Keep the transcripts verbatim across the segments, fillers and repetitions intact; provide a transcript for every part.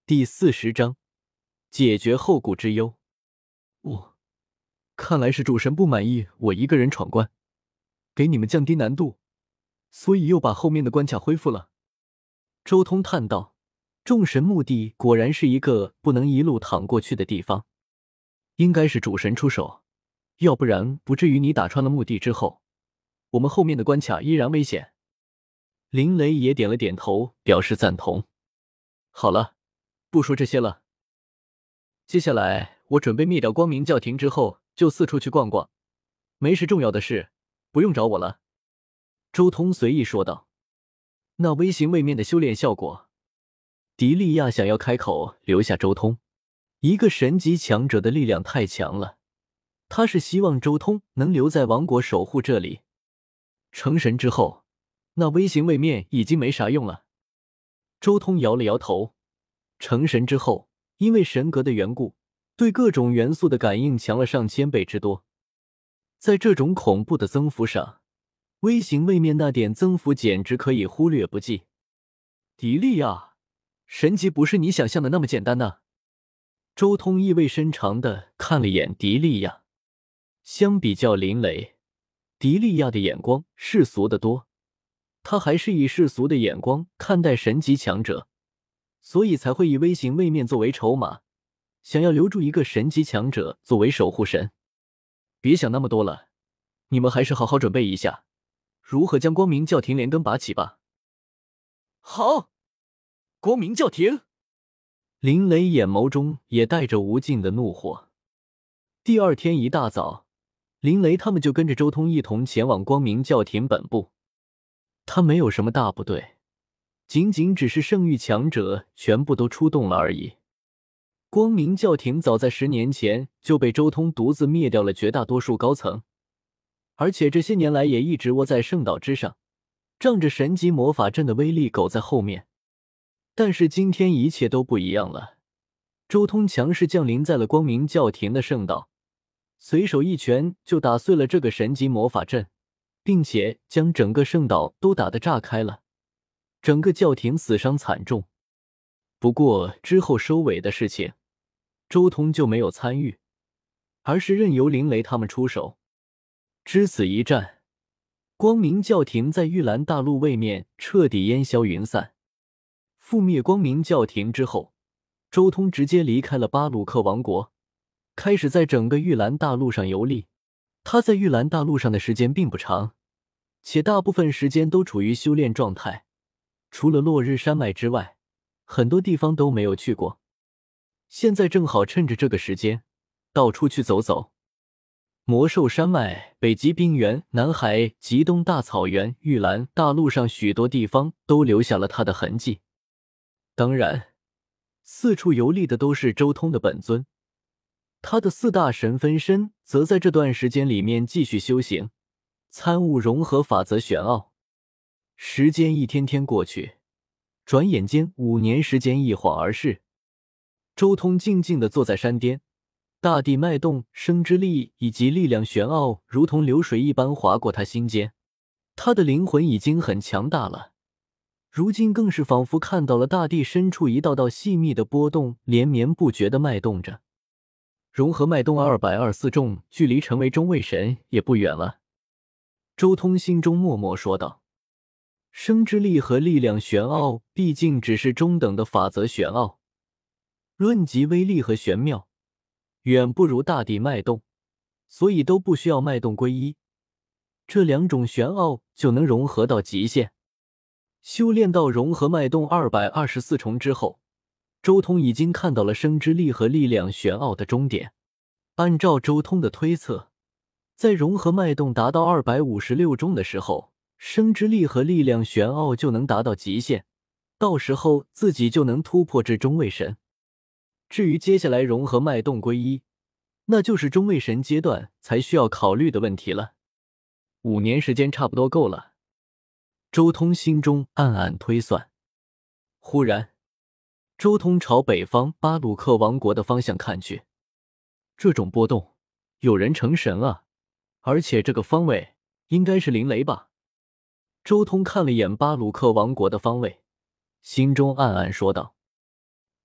第四十章解决后顾之忧。哦，看来是主神不满意我一个人闯关，给你们降低难度，所以又把后面的关卡恢复了。周通叹道，众神墓地果然是一个不能一路躺过去的地方，应该是主神出手，要不然不至于你打穿了墓地之后，我们后面的关卡依然危险。林雷也点了点头，表示赞同。好了，不说这些了。接下来我准备灭掉光明教廷之后，就四处去逛逛，没事重要的事，不用找我了。周通随意说道。那微型位面的修炼效果，迪利亚想要开口留下周通，一个神级强者的力量太强了，他是希望周通能留在王国守护这里。成神之后，那微型位面已经没啥用了。周通摇了摇头，成神之后，因为神格的缘故，对各种元素的感应强了上千倍之多。在这种恐怖的增幅上，微型位面那点增幅简直可以忽略不计。迪利亚，神级不是你想象的那么简单呢。周通意味深长地看了眼迪利亚。相比较林雷，迪利亚的眼光世俗得多，他还是以世俗的眼光看待神级强者，所以才会以微型位面作为筹码，想要留住一个神级强者作为守护神。别想那么多了，你们还是好好准备一下，如何将光明教廷连根拔起吧。好，光明教廷！林雷眼眸中也带着无尽的怒火。第二天一大早，林雷他们就跟着周通一同前往光明教廷本部。他没有什么大部队，仅仅只是圣域强者全部都出动了而已。光明教廷早在十年前就被周通独自灭掉了绝大多数高层，而且这些年来也一直窝在圣岛之上，仗着神级魔法阵的威力苟在后面。但是今天一切都不一样了，周通强势降临在了光明教廷的圣岛，随手一拳就打碎了这个神级魔法阵，并且将整个圣岛都打得炸开了，整个教廷死伤惨重。不过之后收尾的事情，周通就没有参与，而是任由林雷他们出手。只此一战，光明教廷在玉兰大陆位面彻底烟消云散。覆灭光明教廷之后，周通直接离开了巴鲁克王国，开始在整个玉兰大陆上游历。他在玉兰大陆上的时间并不长，且大部分时间都处于修炼状态，除了落日山脉之外，很多地方都没有去过。现在正好趁着这个时间，到处去走走。魔兽山脉、北极冰原、南海、极东大草原、玉兰大陆上许多地方都留下了他的痕迹。当然，四处游历的都是周通的本尊，他的四大神分身则在这段时间里面继续修行，参悟融合法则玄奥。时间一天天过去，转眼间五年时间一晃而逝。周通静静地坐在山巅，大地脉动、生之力以及力量玄奥如同流水一般划过他心间。他的灵魂已经很强大了，如今更是仿佛看到了大地深处一道道细密的波动连绵不绝地脉动着。融合脉动二百二十四重，距离成为中位神也不远了。周通心中默默说道。生之力和力量玄奥毕竟只是中等的法则玄奥，论及威力和玄妙，远不如大地脉动，所以都不需要脉动归一，这两种玄奥就能融合到极限。修炼到融合脉动二百二十四重之后，周通已经看到了生之力和力量玄奥的终点。按照周通的推测，在融合脉动达到二百五十六重的时候，生之力和力量玄奥就能达到极限，到时候自己就能突破至中位神。至于接下来融合脉动归一，那就是中位神阶段才需要考虑的问题了。五年时间差不多够了，周通心中暗暗推算。忽然，周通朝北方巴鲁克王国的方向看去，这种波动，有人成神啊！而且这个方位应该是林雷吧？周通看了眼巴鲁克王国的方位，心中暗暗说道。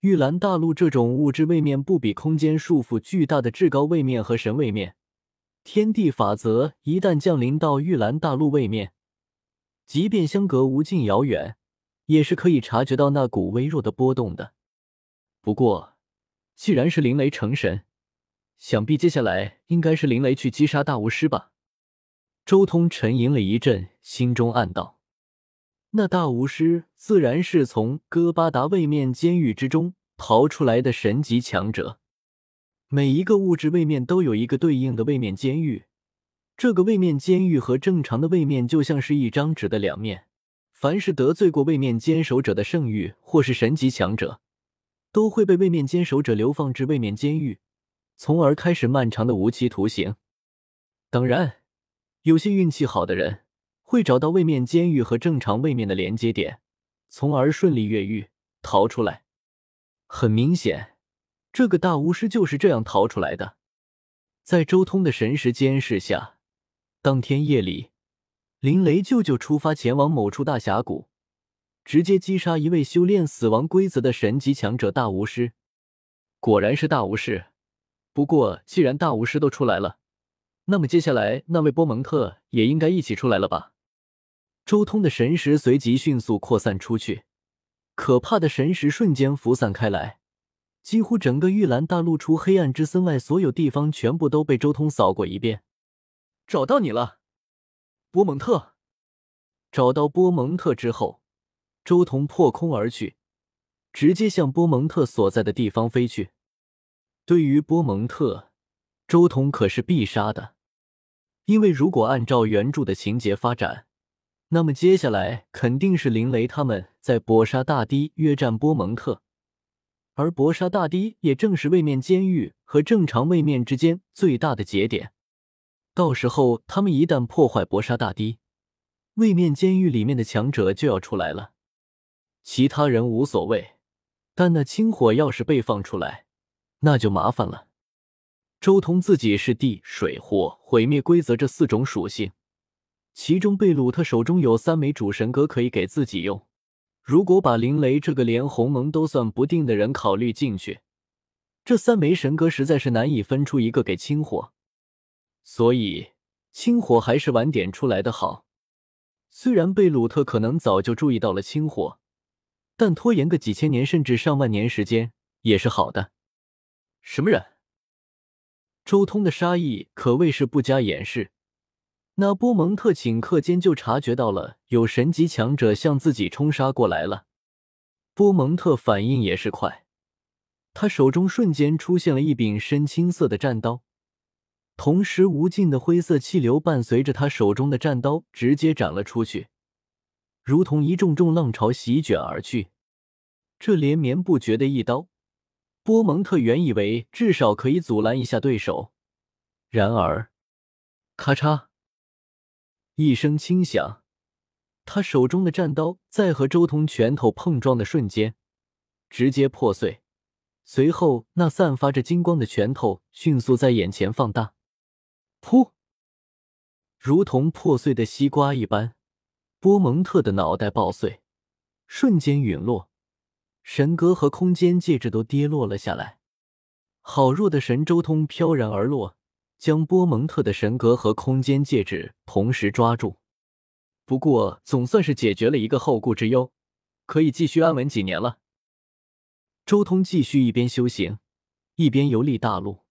玉兰大陆这种物质位面不比空间束缚巨大的至高位面和神位面，天地法则一旦降临到玉兰大陆位面，即便相隔无尽遥远，也是可以察觉到那股微弱的波动的。不过，既然是灵雷成神，想必接下来应该是灵雷去击杀大巫师吧。周通沉吟了一阵，心中暗道：那大巫师自然是从哥巴达位面监狱之中逃出来的神级强者。每一个物质位面都有一个对应的位面监狱，这个位面监狱和正常的位面就像是一张纸的两面，凡是得罪过位面坚守者的圣域或是神级强者，都会被位面坚守者流放至位面监狱，从而开始漫长的无期徒刑。当然，有些运气好的人会找到位面监狱和正常位面的连接点，从而顺利越狱逃出来。很明显，这个大巫师就是这样逃出来的。在周通的神识监视下，当天夜里，林雷舅舅出发前往某处大峡谷，直接击杀一位修炼死亡规则的神级强者大巫师。果然是大巫师，不过既然大巫师都出来了，那么接下来那位波蒙特也应该一起出来了吧。周通的神识随即迅速扩散出去，可怕的神识瞬间浮散开来，几乎整个玉兰大陆除黑暗之森外，所有地方全部都被周通扫过一遍。找到你了，波蒙特。找到波蒙特之后，周通破空而去，直接向波蒙特所在的地方飞去。对于波蒙特，周通可是必杀的，因为如果按照原著的情节发展，那么接下来肯定是林雷他们在搏杀大堤约战波蒙特，而搏杀大堤也正是位面监狱和正常位面之间最大的节点。到时候他们一旦破坏搏杀大堤，位面监狱里面的强者就要出来了。其他人无所谓，但那清火要是被放出来，那就麻烦了。周通自己是地、水、火、毁灭规则这四种属性，其中贝鲁特手中有三枚主神格可以给自己用。如果把林雷这个连鸿蒙都算不定的人考虑进去，这三枚神格实在是难以分出一个给清火。所以清火还是晚点出来的好。虽然贝鲁特可能早就注意到了清火，但拖延个几千年甚至上万年时间也是好的。什么人？周通的杀意可谓是不加掩饰，那波蒙特顷刻间就察觉到了有神级强者向自己冲杀过来了。波蒙特反应也是快，他手中瞬间出现了一柄深青色的战刀，同时无尽的灰色气流伴随着他手中的战刀直接斩了出去，如同一重重浪潮席卷而去。这连绵不绝的一刀，波蒙特原以为至少可以阻拦一下对手，然而咔嚓一声轻响，他手中的战刀在和周通拳头碰撞的瞬间直接破碎，随后那散发着金光的拳头迅速在眼前放大，噗！如同破碎的西瓜一般，波蒙特的脑袋爆碎，瞬间陨落，神格和空间戒指都跌落了下来。好弱的神周通飘然而落，将波蒙特的神格和空间戒指同时抓住。不过总算是解决了一个后顾之忧，可以继续安稳几年了。周通继续一边修行，一边游历大陆。